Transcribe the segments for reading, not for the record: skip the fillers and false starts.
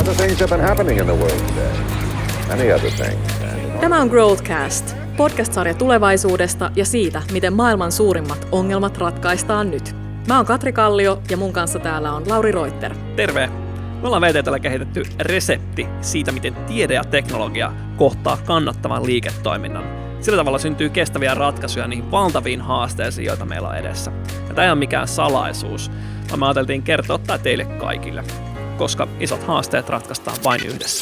Other things have been happening in the world today. Many other things. Tämä on Growthcast, podcast-sarja tulevaisuudesta ja siitä, miten maailman suurimmat ongelmat ratkaistaan nyt. Mä oon Katri Kallio ja mun kanssa täällä on Lauri Reuter. Terve! Me ollaan VTT:llä kehitetty resepti siitä, miten tiede ja teknologia kohtaa kannattavan liiketoiminnan. Sillä tavalla syntyy kestäviä ratkaisuja niihin valtaviin haasteisiin, joita meillä on edessä. Ja tämä ei ole mikään salaisuus, vaan me ajateltiin kertoa tämä teille kaikille, koska isot haasteet ratkaistaan vain yhdessä.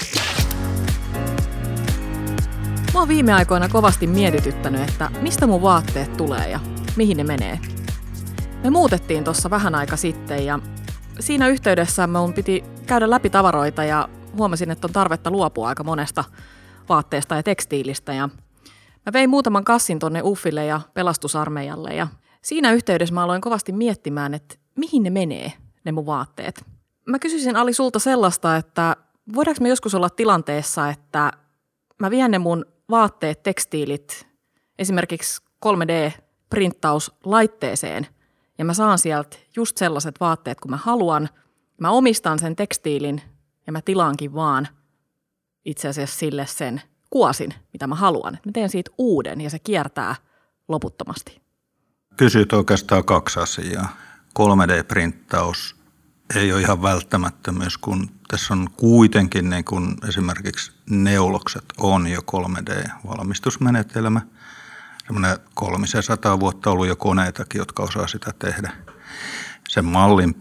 Mä oon viime aikoina kovasti mietityttänyt, että mistä mun vaatteet tulee ja mihin ne menee. Me muutettiin tuossa vähän aika sitten ja siinä yhteydessä mun piti käydä läpi tavaroita ja huomasin, että on tarvetta luopua aika monesta vaatteesta ja tekstiilistä. Ja mä vein muutaman kassin tonne Uffille ja pelastusarmeijalle ja siinä yhteydessä mä aloin kovasti miettimään, että mihin ne menee, ne mun vaatteet. Mä kysyisin Ali sulta sellaista, että voidaanko me joskus olla tilanteessa, että mä vien ne mun vaatteet, tekstiilit esimerkiksi 3D-printtauslaitteeseen ja mä saan sieltä just sellaiset vaatteet, kun mä haluan. Mä omistan sen tekstiilin ja mä tilaankin vaan itse asiassa sille sen kuosin, mitä mä haluan. Mä teen siitä uuden ja se kiertää loputtomasti. Kysyt oikeastaan kaksi asiaa. 3D-printtaus ei ole ihan välttämättömyys, kun tässä on kuitenkin niin kun esimerkiksi neulokset on jo 3D-valmistusmenetelmä. Semmoinen 300 vuotta ollut jo koneitakin, jotka osaa sitä tehdä. Sen mallin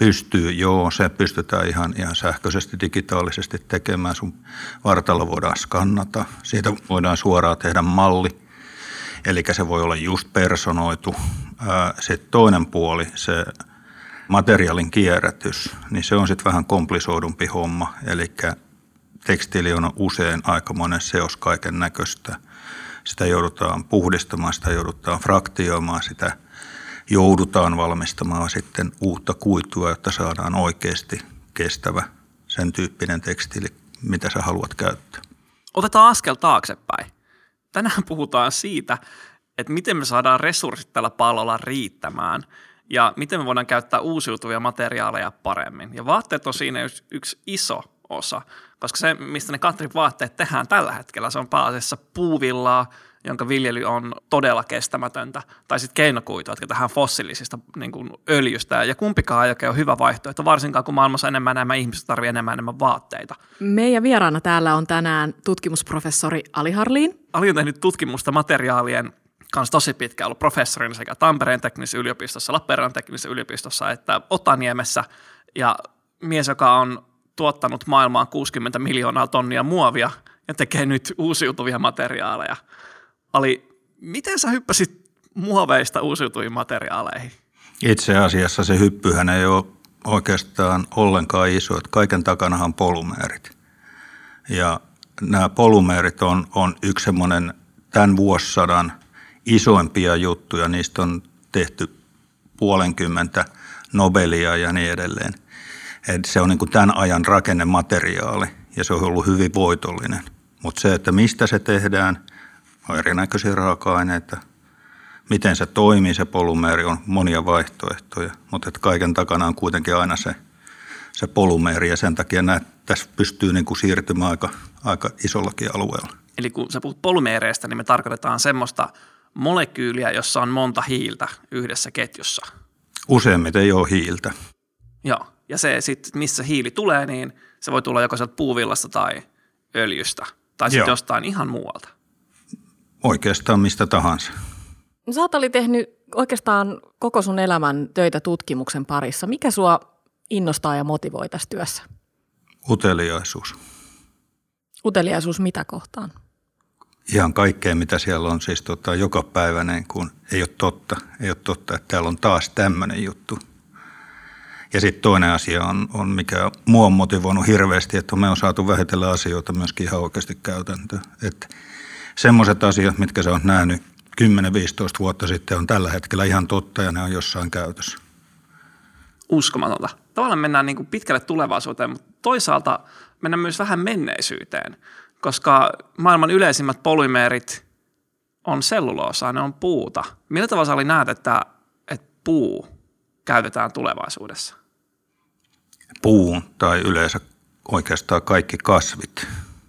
se pystytään ihan sähköisesti, digitaalisesti tekemään. Sun vartalo voidaan skannata. Siitä voidaan suoraan tehdä malli, eli se voi olla just personoitu. Sitten toinen puoli, se materiaalin kierrätys, niin se on sitten vähän komplisoidumpi homma. Eli tekstiili on usein aikamoinen seos kaiken näköistä. Sitä joudutaan puhdistamaan, sitä joudutaan fraktioimaan, sitä joudutaan valmistamaan sitten uutta kuitua, jotta saadaan oikeasti kestävä sen tyyppinen tekstiili, mitä sä haluat käyttää. Otetaan askel taaksepäin. Tänään puhutaan siitä, että miten me saadaan resurssit tällä pallolla riittämään ja miten me voidaan käyttää uusiutuvia materiaaleja paremmin. Ja vaatteet on siinä yksi iso osa, koska se, mistä ne Katrin vaatteet tehdään tällä hetkellä, se on pääasiassa puuvillaa, jonka viljely on todella kestämätöntä, tai sitten keinokuitua, jotka tehdään fossiilisista niin kuin öljystä, ja kumpikaan ei oikein ole hyvä vaihtoehto, varsinkaan kun maailmassa enemmän ihmiset tarvitsee enemmän vaatteita. Meidän vieraana täällä on tänään tutkimusprofessori Ali Harlin. Ali on tehnyt tutkimusta materiaalien kanssa tosi pitkään, ollut professorina sekä Tampereen teknisessä yliopistossa, Lappeenrannan teknisessä yliopistossa, että Otaniemessä, ja mies, joka on tuottanut maailmaan 60 miljoonaa tonnia muovia ja tekee nyt uusiutuvia materiaaleja. Ali, miten sä hyppäsit muoveista uusiutuviin materiaaleihin? Itse asiassa se hyppyhän ei ole oikeastaan ollenkaan iso, että kaiken takanahan on polymeerit. Ja nämä polymeerit on yksi semmoinen tämän vuosisadan isoimpia juttuja. Niistä on tehty 50 Nobelia ja niin edelleen. Et se on niin kuin tämän ajan rakennemateriaali ja se on ollut hyvin voitollinen. Mutta se, että mistä se tehdään, on erinäköisiä raaka-aineita. Miten se toimii, se polymeeri, on monia vaihtoehtoja. Mutta kaiken takana on kuitenkin aina se polymeeri ja sen takia tässä pystyy niin kuin siirtymään aika isollakin alueella. Eli kun sä puhut polymeereistä, niin me tarkoitetaan semmoista molekyyliä, jossa on monta hiiltä yhdessä ketjussa. Useimmiten ei ole hiiltä. Joo. Ja se sitten, missä hiili tulee, niin se voi tulla joko sieltä puuvillasta tai öljystä. Tai sitten jostain ihan muualta. Oikeastaan mistä tahansa. Sä oot Ali tehnyt oikeastaan koko sun elämän töitä tutkimuksen parissa. Mikä sua innostaa ja motivoi tässä työssä? Uteliaisuus. Uteliaisuus mitä kohtaan? Ihan kaikkea, mitä siellä on. Siis joka päiväinen, kun ei ole totta, että täällä on taas tämmöinen juttu. Ja sitten toinen asia on, mikä mua on motivoinut hirveästi, että me on saatu vähitellä asioita myöskin ihan oikeasti käytäntöön. Että semmoiset asiat, mitkä sä oot nähnyt 10-15 vuotta sitten, on tällä hetkellä ihan totta ja ne on jossain käytössä. Uskomatonta. Tavallaan mennään niin kuin pitkälle tulevaisuuteen, mutta toisaalta mennään myös vähän menneisyyteen, koska maailman yleisimmät polymeerit on selluloosaa, ne on puuta. Millä tavalla sä näet, että puu käytetään tulevaisuudessa? Puun tai yleensä oikeastaan kaikki kasvit,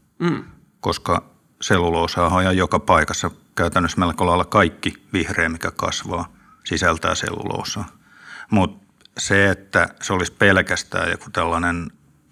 koska selluloosa on ihan joka paikassa. Käytännössä melko lailla kaikki vihreä, mikä kasvaa, sisältää selluloosaa. Mutta se, että se olisi pelkästään joku tällainen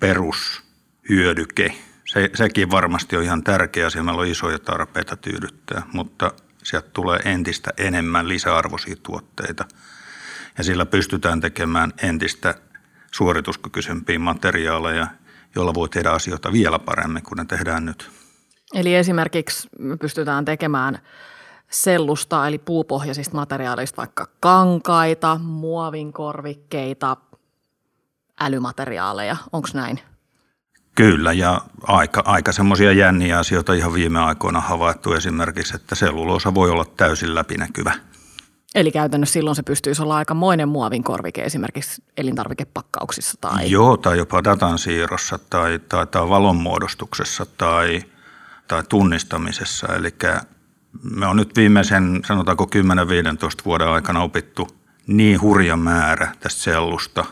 perushyödyke, sekin varmasti on ihan tärkeä asia. Meillä on isoja tarpeita tyydyttää, mutta sieltä tulee entistä enemmän lisäarvoisia tuotteita. Ja sillä pystytään tekemään entistä suorituskykyisempiä materiaaleja, joilla voi tehdä asioita vielä paremmin kuin ne tehdään nyt. Eli esimerkiksi me pystytään tekemään sellusta eli puupohjaisista materiaaleista vaikka kankaita, muovinkorvikkeita, älymateriaaleja. Onko näin? Kyllä, ja aika semmoisia jänniä asioita ihan viime aikoina havaittu esimerkiksi, että selluloosa voi olla täysin läpinäkyvä. Eli käytännössä silloin se pystyisi olla aikamoinen muovinkorvike esimerkiksi elintarvikepakkauksissa tai... Joo, tai jopa datansiirrossa tai valonmuodostuksessa tai tunnistamisessa. Eli me on nyt viimeisen, sanotaanko 10-15 vuoden aikana opittu niin hurja määrä tästä sellusta,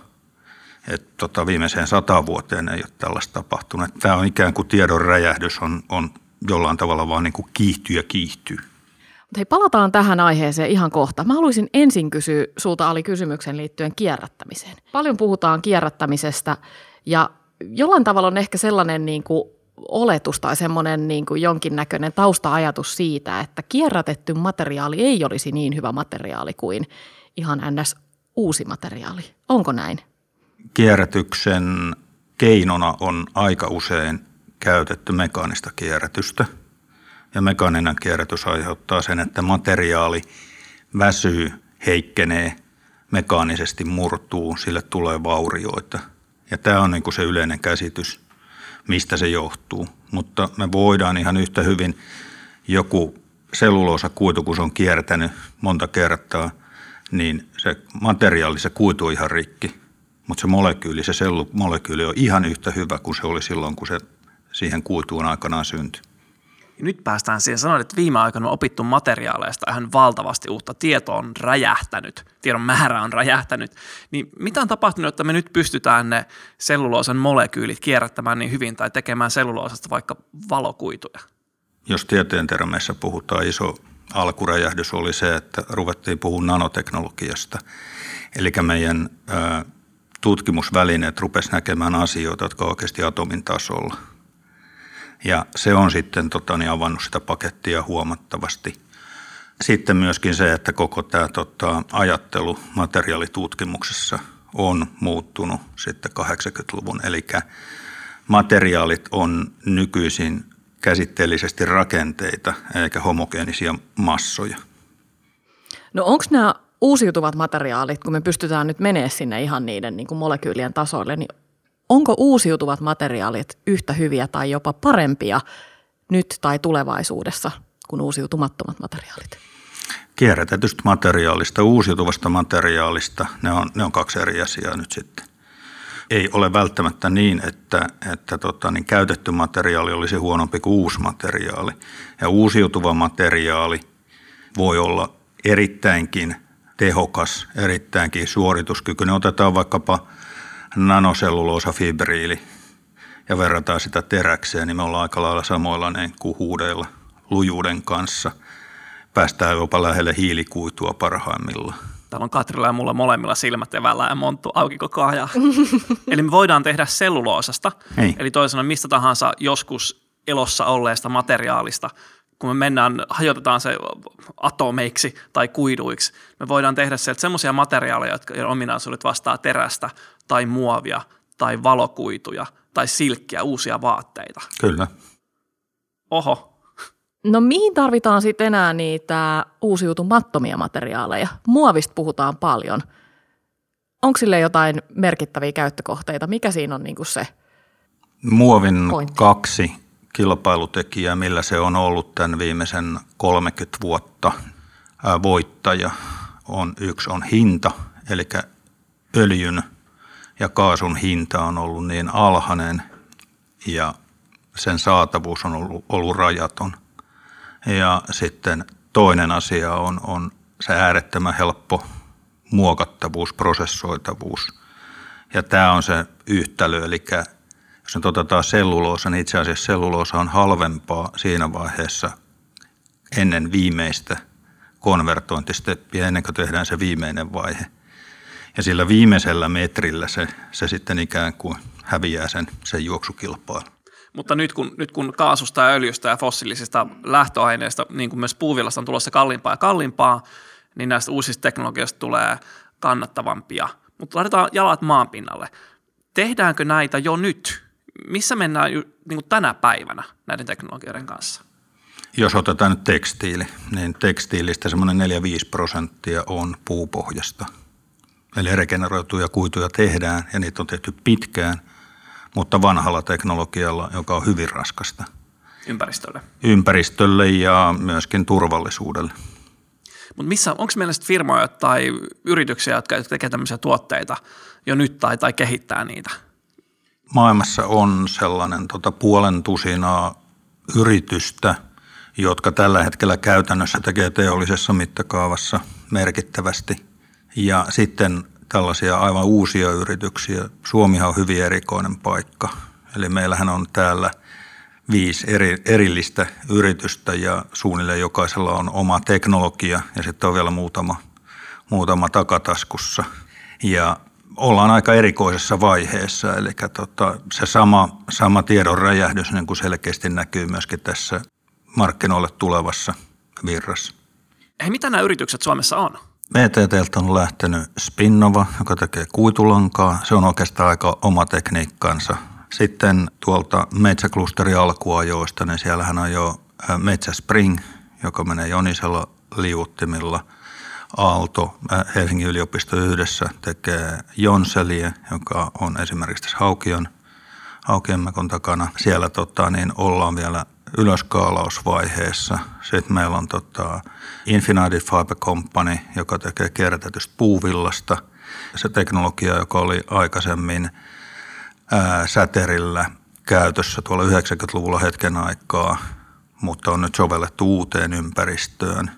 että viimeiseen 100 vuoteen ei ole tällaista tapahtunut. Tämä on ikään kuin tiedon räjähdys on jollain tavalla vaan niin kuin kiihtyy. Mutta hei, palataan tähän aiheeseen ihan kohta. Mä haluaisin ensin kysyä sulta Ali kysymyksen liittyen kierrättämiseen. Paljon puhutaan kierrättämisestä ja jollain tavalla on ehkä sellainen niin kuin oletus tai semmoinen niin kuin jonkinnäköinen tausta-ajatus siitä, että kierrätetty materiaali ei olisi niin hyvä materiaali kuin ihan ns. Uusi materiaali. Onko näin? Kierrätyksen keinona on aika usein käytetty mekaanista kierrätystä. Ja mekaaninen kierrätys aiheuttaa sen, että materiaali väsyy, heikkenee, mekaanisesti murtuu, sille tulee vaurioita. Ja tämä on niin kuin se yleinen käsitys, mistä se johtuu. Mutta me voidaan ihan yhtä hyvin joku selluloosakuitu, kun se on kiertänyt monta kertaa, niin se materiaali, se kuitu on ihan rikki. Mutta se molekyyli, se sellumolekyyli on ihan yhtä hyvä kuin se oli silloin, kun se siihen kuituun aikanaan syntyi. Nyt päästään siihen, sanoin, että viime aikoina on opittu materiaaleista ihan valtavasti uutta. Tieto on räjähtänyt, tiedon määrä on räjähtänyt. Niin mitä on tapahtunut, että me nyt pystytään ne selluloosan molekyylit kierrättämään niin hyvin tai tekemään selluloosasta vaikka valokuituja? Jos tieteen termeissä puhutaan, iso alkuräjähdys oli se, että ruvettiin puhumaan nanoteknologiasta. Eli meidän tutkimusvälineet rupesi näkemään asioita, jotka on oikeasti atomin tasolla. Ja se on sitten avannut sitä pakettia huomattavasti. Sitten myöskin se, että koko tämä ajattelu materiaalitutkimuksessa on muuttunut sitten 80-luvun. Eli materiaalit on nykyisin käsitteellisesti rakenteita eikä homogeenisia massoja. No onko nämä uusiutuvat materiaalit, kun me pystytään nyt menemään sinne ihan niiden niin kuin molekyylien tasoille, niin onko uusiutuvat materiaalit yhtä hyviä tai jopa parempia nyt tai tulevaisuudessa kuin uusiutumattomat materiaalit? Kierrätetystä materiaalista, uusiutuvasta materiaalista, ne on kaksi eri asiaa nyt sitten. Ei ole välttämättä niin, että käytetty materiaali olisi huonompi kuin uusi materiaali. Ja uusiutuva materiaali voi olla erittäinkin tehokas, erittäinkin suorituskykyinen. Otetaan vaikkapa nanoselluloosafibriili ja verrataan sitä teräkseen, niin me ollaan aika lailla samoilla kuhuudeilla lujuuden kanssa. Päästään jopa lähelle hiilikuitua parhaimmillaan. Täällä on Katrilla ja mulla molemmilla silmät evällä ja monttu auki koko ajan. Eli me voidaan tehdä selluloosasta, eli toisin sanoen mistä tahansa joskus elossa olleesta materiaalista. Kun me hajotetaan se atomeiksi tai kuiduiksi, me voidaan tehdä sieltä semmoisia materiaaleja, jotka ominaisuudet vastaa terästä tai muovia tai valokuituja tai silkkiä, uusia vaatteita. Kyllä. Oho. No mihin tarvitaan sitten enää niitä uusiutumattomia materiaaleja? Muovista puhutaan paljon. Onko sille jotain merkittäviä käyttökohteita? Mikä siinä on niinku se muovin pointti? 2 kilpailutekijää, millä se on ollut tämän viimeisen 30 vuotta voittaja. Yksi on hinta, eli öljyn ja kaasun hinta on ollut niin alhainen ja sen saatavuus on ollut rajaton. Ja sitten toinen asia on se äärettömän helppo muokattavuus, prosessoitavuus. Ja tämä on se yhtälö, eli jos Jos nyt otetaan selluloosa, niin itse asiassa selluloosa on halvempaa siinä vaiheessa ennen viimeistä konvertointisteppiä, ennen kuin tehdään se viimeinen vaihe. Ja sillä viimeisellä metrillä se sitten ikään kuin häviää sen juoksukilpailun. Mutta nyt kun kaasusta ja öljystä ja fossiilisista lähtöaineista, niin kuin myös puuvillasta on tulossa kalliimpaa ja kalliimpaa, niin näistä uusista teknologioista tulee kannattavampia. Mutta laitetaan jalat maanpinnalle. Tehdäänkö näitä jo nyt? Missä mennään niin kuin tänä päivänä näiden teknologioiden kanssa? Jos otetaan nyt tekstiili, niin tekstiilistä semmoinen 4-5% on puupohjasta. Eli regeneroituja kuituja tehdään ja niitä on tehty pitkään, mutta vanhalla teknologialla, joka on hyvin raskasta. Ympäristölle. Ympäristölle ja myöskin turvallisuudelle. Mutta onko meillä sitten firmoja tai yrityksiä, jotka tekevät tämmöisiä tuotteita jo nyt tai kehittää niitä? Maailmassa on sellainen 50 yritystä, jotka tällä hetkellä käytännössä tekee teollisessa mittakaavassa merkittävästi. Ja sitten tällaisia aivan uusia yrityksiä. Suomihan on hyvin erikoinen paikka. Eli meillähän on täällä 5 erillistä yritystä ja suunnilleen jokaisella on oma teknologia ja sitten on vielä muutama takataskussa. Ja ollaan aika erikoisessa vaiheessa, eli se sama tiedon räjähdys niin kuin selkeästi näkyy myöskin tässä markkinoille tulevassa virrassa. Hei, mitä nämä yritykset Suomessa on? VTT:ltä on lähtenyt Spinnova, joka tekee kuitulankaa. Se on oikeastaan aika oma tekniikkansa. Sitten tuolta metsäklusterin alkuajoista, niin siellähän on jo Metsä Spring, joka menee jonisella liuuttimilla. Aalto, Helsingin yliopisto yhdessä tekee Jonselia, joka on esimerkiksi tässä Haukienmäkon takana. Siellä niin ollaan vielä ylöskaalausvaiheessa. Sitten meillä on Infinited Fiber Company, joka tekee kierrätetystä puuvillasta. Se teknologia, joka oli aikaisemmin säterillä käytössä tuolla 90-luvulla hetken aikaa, mutta on nyt sovellettu uuteen ympäristöön.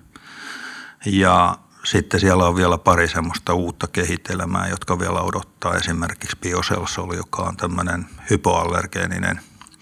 Ja sitten siellä on vielä pari semmoista uutta kehitelmää, jotka vielä odottaa. Esimerkiksi Biocell, joka on tämmöinen hypoallergeeninen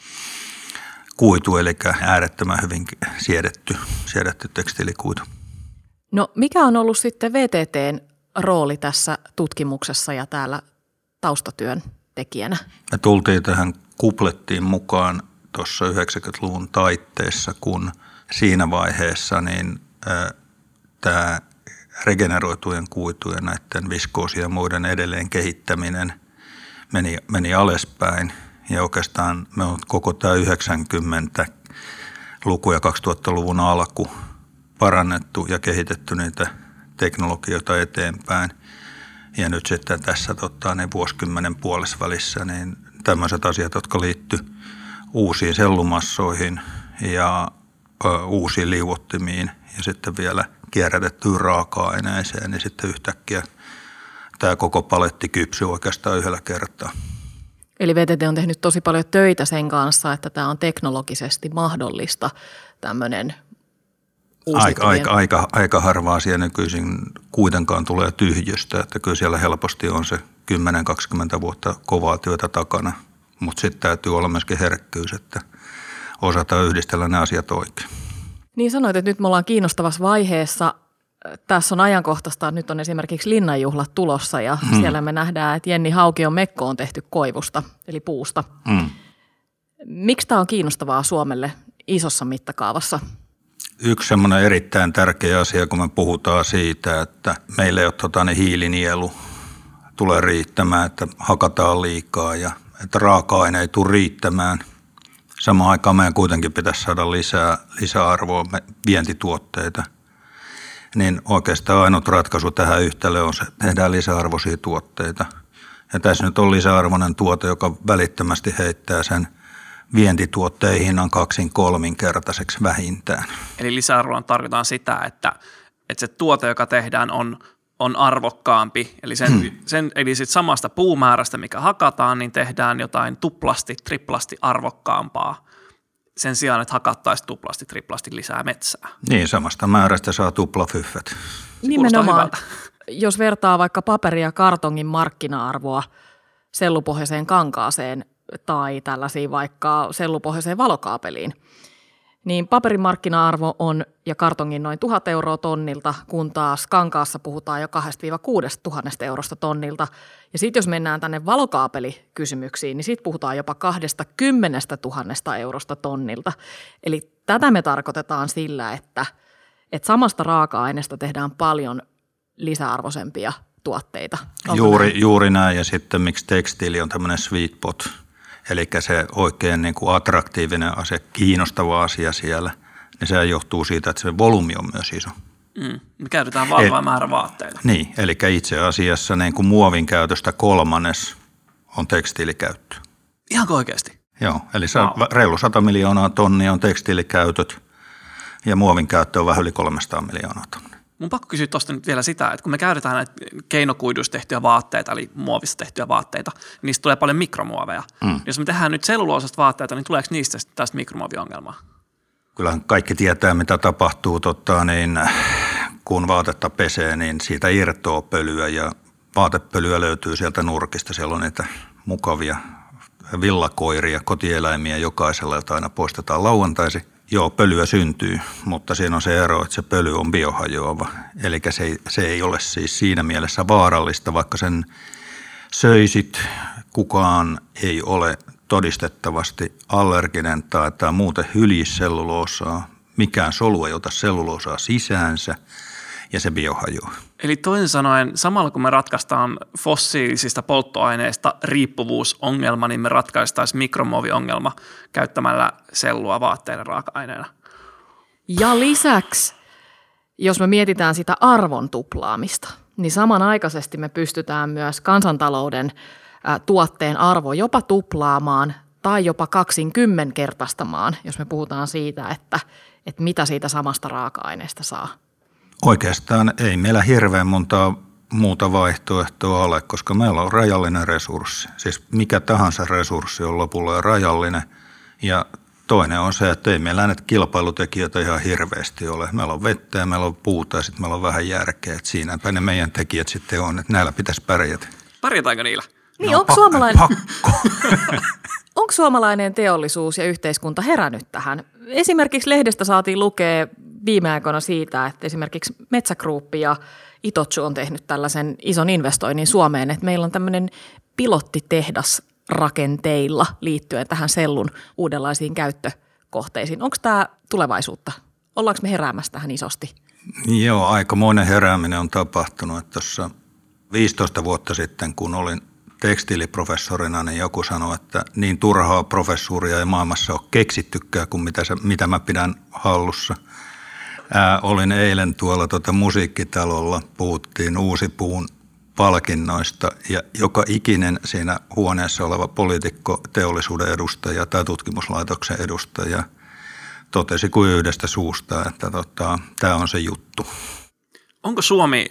kuitu, eli äärettömän hyvin siedetty tekstiilikuitu. No mikä on ollut sitten VTT:n rooli tässä tutkimuksessa ja täällä taustatyön tekijänä? Me tultiin tähän kuplettiin mukaan tuossa 90-luvun taitteessa, kun siinä vaiheessa niin tämä regeneroitujen kuitujen näiden viskoosien ja muiden edelleen kehittäminen meni alaspäin. Ja oikeastaan me on koko tämä 90-luku ja 2000-luvun alku parannettu ja kehitetty niitä teknologioita eteenpäin. Ja nyt sitten tässä niin vuosikymmenen puolesvälissä niin tämmöiset asiat, jotka liittyy uusiin sellumassoihin ja uusiin liuottimiin ja sitten vielä kierrätettyyn raaka-aineeseen, niin sitten yhtäkkiä tämä koko paletti kypsyy oikeastaan yhdellä kertaa. Eli VTT on tehnyt tosi paljon töitä sen kanssa, että tämä on teknologisesti mahdollista tämmöinen uusiutuvien. Aika harva asia nykyisin kuitenkaan tulee tyhjöstä, että kyllä siellä helposti on se 10-20 vuotta kovaa työtä takana, mutta sitten täytyy olla myöskin herkkyys, että osataan yhdistellä ne asiat oikein. Niin sanoit, että nyt me ollaan kiinnostavassa vaiheessa. Tässä on ajankohtaista, että nyt on esimerkiksi linnanjuhlat tulossa ja siellä me nähdään, että Jenni Haukion mekko on tehty koivusta, eli puusta. Miksi tämä on kiinnostavaa Suomelle isossa mittakaavassa? Yksi semmoinen erittäin tärkeä asia, kun me puhutaan siitä, että meillä ei ole hiilinielu tulee riittämään, että hakataan liikaa ja että raaka-aine ei tule riittämään. Samaan aikaan meidän kuitenkin pitäisi saada lisäarvoa vientituotteita. Niin oikeastaan ainut ratkaisu tähän yhtälöön on se, että tehdään lisäarvoisia tuotteita. Ja tässä nyt on lisäarvoinen tuote, joka välittömästi heittää sen vientituotteen hinnan 2-3-kertaiseksi vähintään. Eli lisäarvoa tarkoitaan sitä, että se tuote, joka tehdään, on arvokkaampi. Eli eli sit samasta puumäärästä, mikä hakataan, niin tehdään jotain tuplasti, triplasti arvokkaampaa. Sen sijaan, että hakattaisiin tuplasti, triplasti lisää metsää. Niin, samasta määrästä saa tuplafyffet. Nimenomaan, jos vertaa vaikka paperi- ja kartongin markkina-arvoa sellupohjaiseen kankaaseen tai tällaisiin vaikka sellupohjaiseen valokaapeliin, niin paperin markkina-arvo on ja kartongin noin 1 000 euroa tonnilta, kun taas kankaassa puhutaan jo 2 000–6 000 eurosta tonnilta. Ja sitten jos mennään tänne valokaapelikysymyksiin, niin sitten puhutaan jopa 20 000 eurosta tonnilta. Eli tätä me tarkoitetaan sillä, että samasta raaka-aineesta tehdään paljon lisäarvoisempia tuotteita. Juuri näin, ja sitten miksi tekstiili on tämmöinen sweet pot, eli se oikein niin kuin attraktiivinen asia, kiinnostava asia siellä, niin se johtuu siitä, että se volyymi on myös iso. Me käytetään valtava määrä vaatteita. Niin, eli itse asiassa niin kuin muovin käytöstä 1/3 on tekstiilikäyttö. Ihan oikeasti? Joo, eli reilu 100 miljoonaa tonnia on tekstiilikäytöt ja muovin käyttö on vähän yli 300 miljoonaa tonnia. Mun pakko kysyä tuosta nyt vielä sitä, että kun me käytetään näitä keinokuiduista tehtyjä vaatteita, eli muovista tehtyjä vaatteita, niin niistä tulee paljon mikromuoveja. Jos me tehdään nyt selluloosasta vaatteita, niin tuleeko niistä tästä mikromuoviongelmaa? Kyllähän kaikki tietää, mitä tapahtuu, kun vaatetta pesee, niin siitä irtoaa pölyä ja vaatepölyä löytyy sieltä nurkista. Siellä on niitä mukavia villakoiria, kotieläimiä jokaisella, jota aina poistetaan lauantaisin. Joo, pölyä syntyy, mutta siinä on se ero, että se pöly on biohajoava. Eli se ei ole siis siinä mielessä vaarallista, vaikka sen söisit, kukaan ei ole todistettavasti allerginen tai muuten hyljisi selluloosaa. Mikään solu ei ota selluloosaa sisäänsä ja se biohajoaa. Eli toisin sanoen, samalla kun me ratkaistaan fossiilisista polttoaineista riippuvuusongelma, niin me ratkaistaisiin mikromuoviongelma käyttämällä sellua vaatteiden raaka-aineena. Ja lisäksi, jos me mietitään sitä arvon tuplaamista, niin samanaikaisesti me pystytään myös kansantalouden tuotteen arvo jopa tuplaamaan tai jopa 20-kertaistamaan, jos me puhutaan siitä, että mitä siitä samasta raaka-aineesta saa. Oikeastaan ei meillä hirveän montaa muuta vaihtoehtoa ole, koska meillä on rajallinen resurssi. Siis mikä tahansa resurssi on lopulla rajallinen. Ja toinen on se, että ei meillä näitä kilpailutekijöitä ihan hirveästi ole. Meillä on vettä ja meillä on puuta ja sitten meillä on vähän järkeä. Että siinäpä ne meidän tekijät sitten on, että näillä pitäisi pärjätä. Pärjätäänkö niillä? Niin, onko suomalainen teollisuus ja yhteiskunta herännyt tähän? Esimerkiksi lehdestä saatiin lukea viime aikoina siitä, että esimerkiksi Metsä Group ja Itochu on tehnyt tällaisen ison investoinnin Suomeen, että meillä on tämmöinen pilottitehdas rakenteilla liittyen tähän sellun uudenlaisiin käyttökohteisiin. Onko tämä tulevaisuutta? Ollaanko me heräämässä tähän isosti? Joo, aikamoinen herääminen on tapahtunut. Että tuossa 15 vuotta sitten, kun olin tekstiiliprofessorina, niin joku sanoi, että niin turhaa professuuria ei maailmassa ole keksittykään kuin mitä mä pidän hallussa. Olin eilen tuolla musiikkitalolla, puhuttiin Uusipuun palkinnoista ja joka ikinen siinä huoneessa oleva poliitikko, teollisuuden edustaja tai tutkimuslaitoksen edustaja totesi kuin yhdestä suusta, että tämä on se juttu. Onko Suomi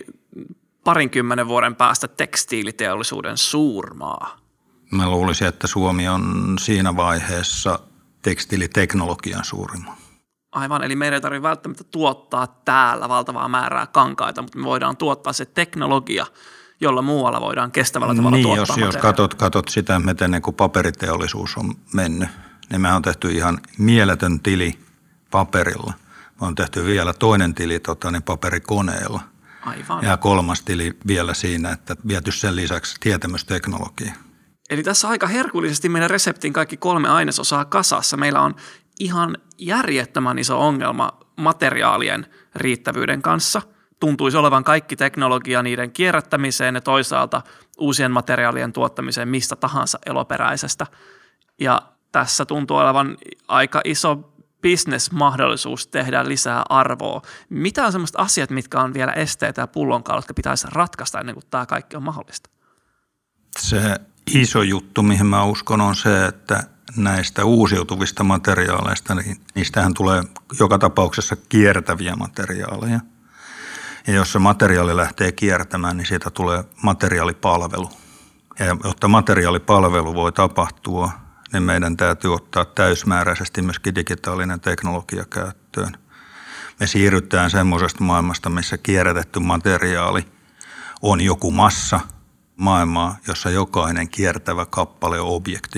20 vuoden päästä tekstiiliteollisuuden suurmaa? Mä luulisin, että Suomi on siinä vaiheessa tekstiiliteknologian suurima. Aivan, eli meidän ei tarvitse välttämättä tuottaa täällä valtavaa määrää kankaita, mutta me voidaan tuottaa se teknologia, jolla muualla voidaan kestävällä tavalla tuottaa jos katot sitä, miten niin kuin paperiteollisuus on mennyt, niin me on tehty ihan mieletön tili paperilla. Me on tehty vielä toinen tili paperikoneella. Aivan. Ja 3. tili vielä siinä, että viety sen lisäksi tietämysteknologia. Eli tässä aika herkullisesti meidän reseptin kaikki 3 ainesosaa kasassa. Meillä on ihan järjettömän iso ongelma materiaalien riittävyyden kanssa. Tuntuisi olevan kaikki teknologia niiden kierrättämiseen ja toisaalta uusien materiaalien tuottamiseen mistä tahansa eloperäisestä. Ja tässä tuntuu olevan aika iso business-mahdollisuus tehdä lisää arvoa. Mitä on sellaiset asiat, mitkä on vielä esteitä ja pullonkaulat, jotka pitäisi ratkaista ennen kuin tämä kaikki on mahdollista? Se iso juttu, mihin mä uskon, on se, että näistä uusiutuvista materiaaleista, niin niistähän tulee joka tapauksessa kiertäviä materiaaleja. Ja jos se materiaali lähtee kiertämään, niin siitä tulee materiaalipalvelu. Ja jotta materiaalipalvelu voi tapahtua, niin meidän täytyy ottaa täysmääräisesti myöskin digitaalinen teknologia käyttöön. Me siirrytään semmoisesta maailmasta, missä kierrätetty materiaali on joku massa maailmaa, jossa jokainen kiertävä kappale on objekti.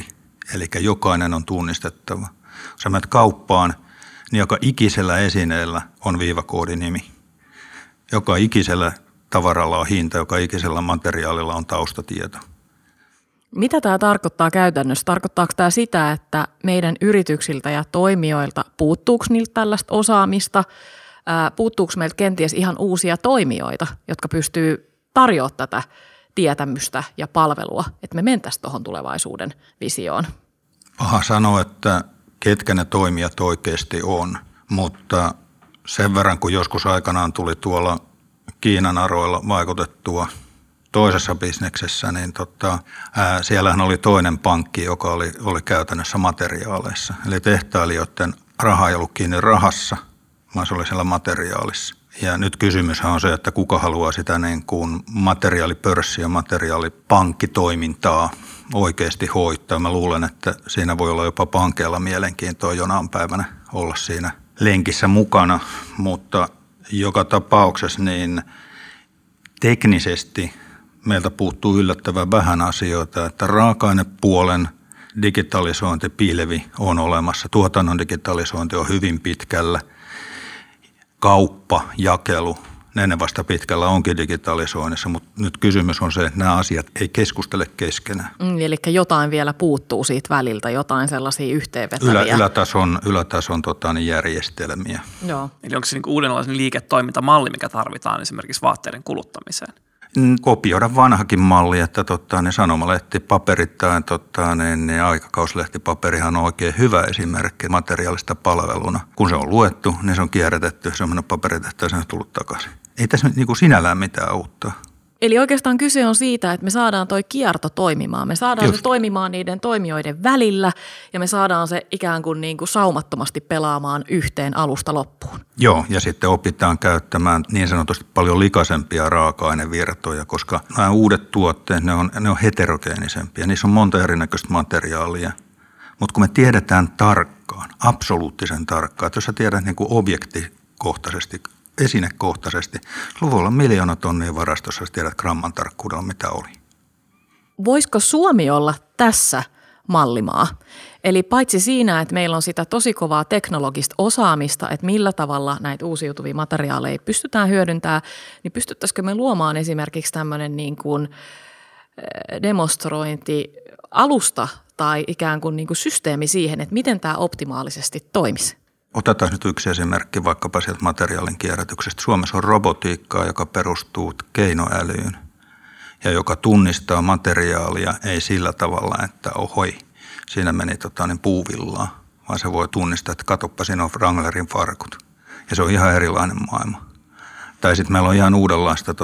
Eli jokainen on tunnistettava. Jos menet kauppaan, niin joka ikisellä esineellä on viivakoodinimi. Joka ikisellä tavaralla on hinta, joka ikisellä materiaalilla on taustatieto. Mitä tämä tarkoittaa käytännössä? Tarkoittaako tämä sitä, että meidän yrityksiltä ja toimijoilta puuttuuko niiltä tällaista osaamista? Puuttuuko meiltä kenties ihan uusia toimijoita, jotka pystyy tarjoamaan tätä tietämystä ja palvelua, että me mentäisiin tuohon tulevaisuuden visioon? Paha sanoa, että ketkä ne toimijat oikeasti on, mutta sen verran kun joskus aikanaan tuli tuolla Kiinan aroilla vaikutettua toisessa bisneksessä, niin siellähän oli toinen pankki, joka oli käytännössä materiaaleissa. Eli tehtailijoiden raha ei ollut kiinni rahassa, vaan se oli siellä materiaalissa. Ja nyt kysymyshän on se, että kuka haluaa sitä niin kuin materiaalipörssiä, materiaalipankkitoimintaa oikeasti hoitaa. Mä luulen, että siinä voi olla jopa pankeilla mielenkiintoa jonain päivänä olla siinä lenkissä mukana, mutta joka tapauksessa niin teknisesti meiltä puuttuu yllättävän vähän asioita, että raaka-ainepuolen digitalisointipilvi on olemassa, tuotannon digitalisointi on hyvin pitkällä, kauppa, jakelu, ne vasta pitkällä onkin digitalisoinnissa, mutta nyt kysymys on se, että nämä asiat ei keskustele keskenään. Eli jotain vielä puuttuu siitä väliltä, jotain sellaisia yhteenvetäviä. Ylätason järjestelmiä. Joo. Eli onko se niin uudenlainen liiketoimintamalli, mikä tarvitaan esimerkiksi vaatteiden kuluttamiseen? Kopioida vanhakin malli, että sanomalehti, paperittain, aikakauslehti-paperihan on oikein hyvä esimerkki materiaalista palveluna. Kun se on luettu, niin se on kierrätetty, se on mennyt paperitehtaan ja se on tullut takaisin. Ei tässä niin kuin sinällään mitään uutta. Eli oikeastaan kyse on siitä, että me saadaan toi kierto toimimaan. Me saadaan se toimimaan niiden toimijoiden välillä ja me saadaan se ikään kuin, saumattomasti pelaamaan yhteen alusta loppuun. Joo, ja sitten opitaan käyttämään niin sanotusti paljon likaisempia raaka-ainevirtoja, koska nämä uudet tuotteet, ne on heterogeenisempia. Niissä on monta erinäköistä materiaalia. Mutta kun me tiedetään tarkkaan, absoluuttisen tarkkaan, että jos sä tiedät niin kuin objektikohtaisesti, esinekohtaisesti, sulla voi olla 1 000 000 tonnia varastossa, jos tiedät gramman tarkkuudella, mitä oli. Voisiko Suomi olla tässä mallimaa? Eli paitsi siinä, että meillä on sitä tosi kovaa teknologista osaamista, että millä tavalla näitä uusiutuvia materiaaleja pystytään hyödyntämään, niin pystyttäisikö me luomaan esimerkiksi tämmöinen niin kuin demonstrointialusta tai ikään kuin systeemi siihen, että miten tämä optimaalisesti toimisi? Otetaan nyt yksi esimerkki vaikkapa sieltä materiaalin kierrätyksestä. Suomessa on robotiikkaa, joka perustuu keinoälyyn ja joka tunnistaa materiaalia ei sillä tavalla, että ohoi, siinä meni puuvillaa, vaan se voi tunnistaa, että katoppa, siinä on Wranglerin farkut. Ja se on ihan erilainen maailma. Tai sitten meillä on ihan uudenlaista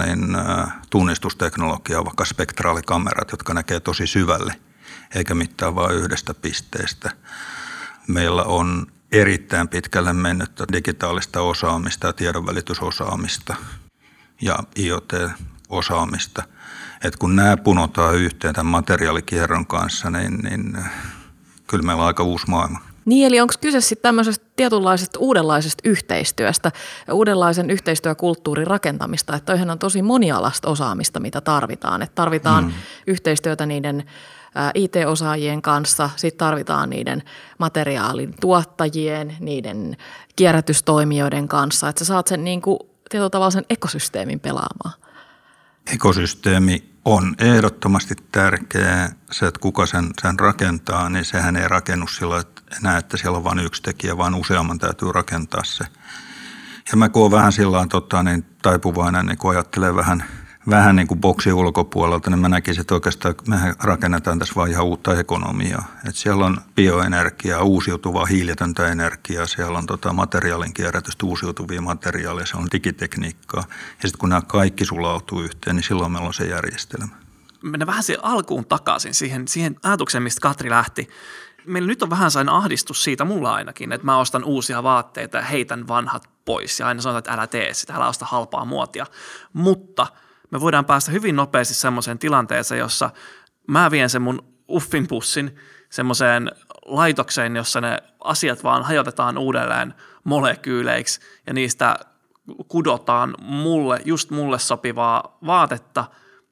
tunnistusteknologiaa, vaikka spektraalikamerat, jotka näkee tosi syvälle, eikä mitään vaan yhdestä pisteestä. Meillä on erittäin pitkälle mennyttä digitaalista osaamista ja tiedonvälitysosaamista ja IoT-osaamista. Et kun nämä punotaan yhteen tämän materiaalikierron kanssa, niin kyllä meillä on aika uusi maailma. Niin, eli onko kyse sitten tämmöisestä tietynlaisesta uudenlaisesta yhteistyöstä ja uudenlaisen yhteistyökulttuurin rakentamista, että toihan on tosi monialaista osaamista, mitä tarvitaan. Että tarvitaan yhteistyötä niiden IT-osaajien kanssa, sitten tarvitaan niiden materiaalin tuottajien, niiden kierrätystoimijoiden kanssa, että sä saat sen tietyllä tavalla sen ekosysteemin pelaamaan. Ekosysteemi on ehdottomasti tärkeä. Se, että kuka sen rakentaa, niin sehän ei rakennu sillä enää, että siellä on vain yksi tekijä, vaan useamman täytyy rakentaa se. Ja mä kun olen vähän sillä taipuvainen, niin kun ajattelee vähän niin kuin boksin ulkopuolelta, niin mä näkisin, että oikeastaan me rakennetaan tässä vaan ihan uutta ekonomiaa. Että siellä on bioenergiaa, uusiutuvaa hiiletöntä energiaa, siellä on materiaalin kierrätystä, uusiutuvia materiaaleja, se on digitekniikkaa. Ja sitten kun nämä kaikki sulautuu yhteen, niin silloin meillä on se järjestelmä. Mennään vähän siihen alkuun takaisin, siihen ajatukseen, mistä Katri lähti. Meillä nyt on vähän sellainen ahdistus siitä, mulla ainakin, että mä ostan uusia vaatteita ja heitän vanhat pois. Ja aina sanotaan, että älä tee sitä, älä osta halpaa muotia. Mutta me voidaan päästä hyvin nopeasti semmoiseen tilanteeseen, jossa mä vien sen mun uffinpussin semmoiseen laitokseen, jossa ne asiat vaan hajotetaan uudelleen molekyyleiksi ja niistä kudotaan mulle sopivaa vaatetta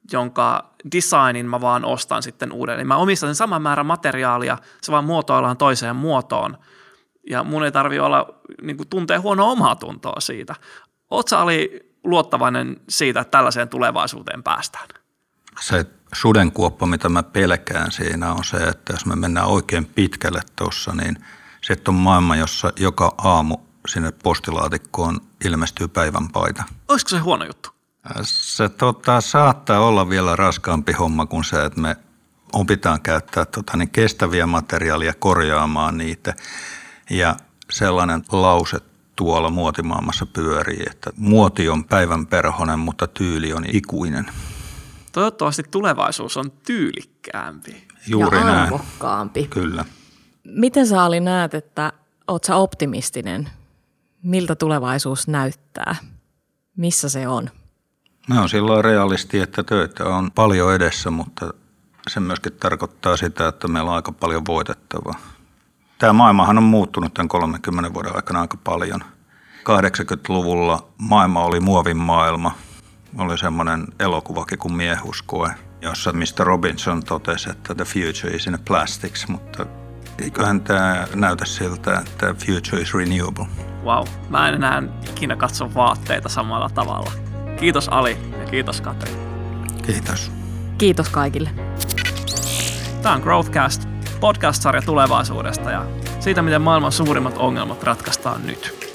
jonka designin mä vaan ostan sitten uudelleen. Mä omistan sen saman määrän materiaalia, se vaan muotoillaan toiseen muotoon. Ja mun ei tarvitse olla niin kuin tuntea huonoa omaa tuntoa siitä. Ootko sä Ali luottavainen siitä, että tällaiseen tulevaisuuteen päästään? Se sudenkuoppa, mitä mä pelkään siinä on se, että jos me mennään oikein pitkälle tuossa, niin sitten on maailma, jossa joka aamu sinne postilaatikkoon ilmestyy päivänpaita. Olisiko se huono juttu? Se saattaa olla vielä raskaampi homma kuin se, että me opitaan käyttää kestäviä materiaaleja korjaamaan niitä. Ja sellainen lause tuolla muotimaailmassa pyörii, että muoti on päivänperhonen, mutta tyyli on ikuinen. Toivottavasti tulevaisuus on tyylikkäämpi. Juuri ja näin. arvokkaampi. Kyllä. Miten sä Ali näet, että oot sä optimistinen? Miltä tulevaisuus näyttää? Missä se on? Mä oon silloin realisti, että töitä on paljon edessä, mutta se myöskin tarkoittaa sitä, että meillä on aika paljon voitettavaa. Tämä maailmahan on muuttunut tämän 30 vuoden aikana aika paljon. 80-luvulla maailma oli muovin maailma. Oli semmoinen elokuvakin kuin Miehuskoe, jossa Mr. Robinson totesi, että the future is in plastics, mutta eiköhän tämä näytä siltä, että future is renewable. Wow, mä en enää ikinä katso vaatteita samalla tavalla. Kiitos Ali ja kiitos Katri. Kiitos. Kiitos kaikille. Tämä on Growthcast, podcast-sarja tulevaisuudesta ja siitä, miten maailman suurimmat ongelmat ratkaistaan nyt.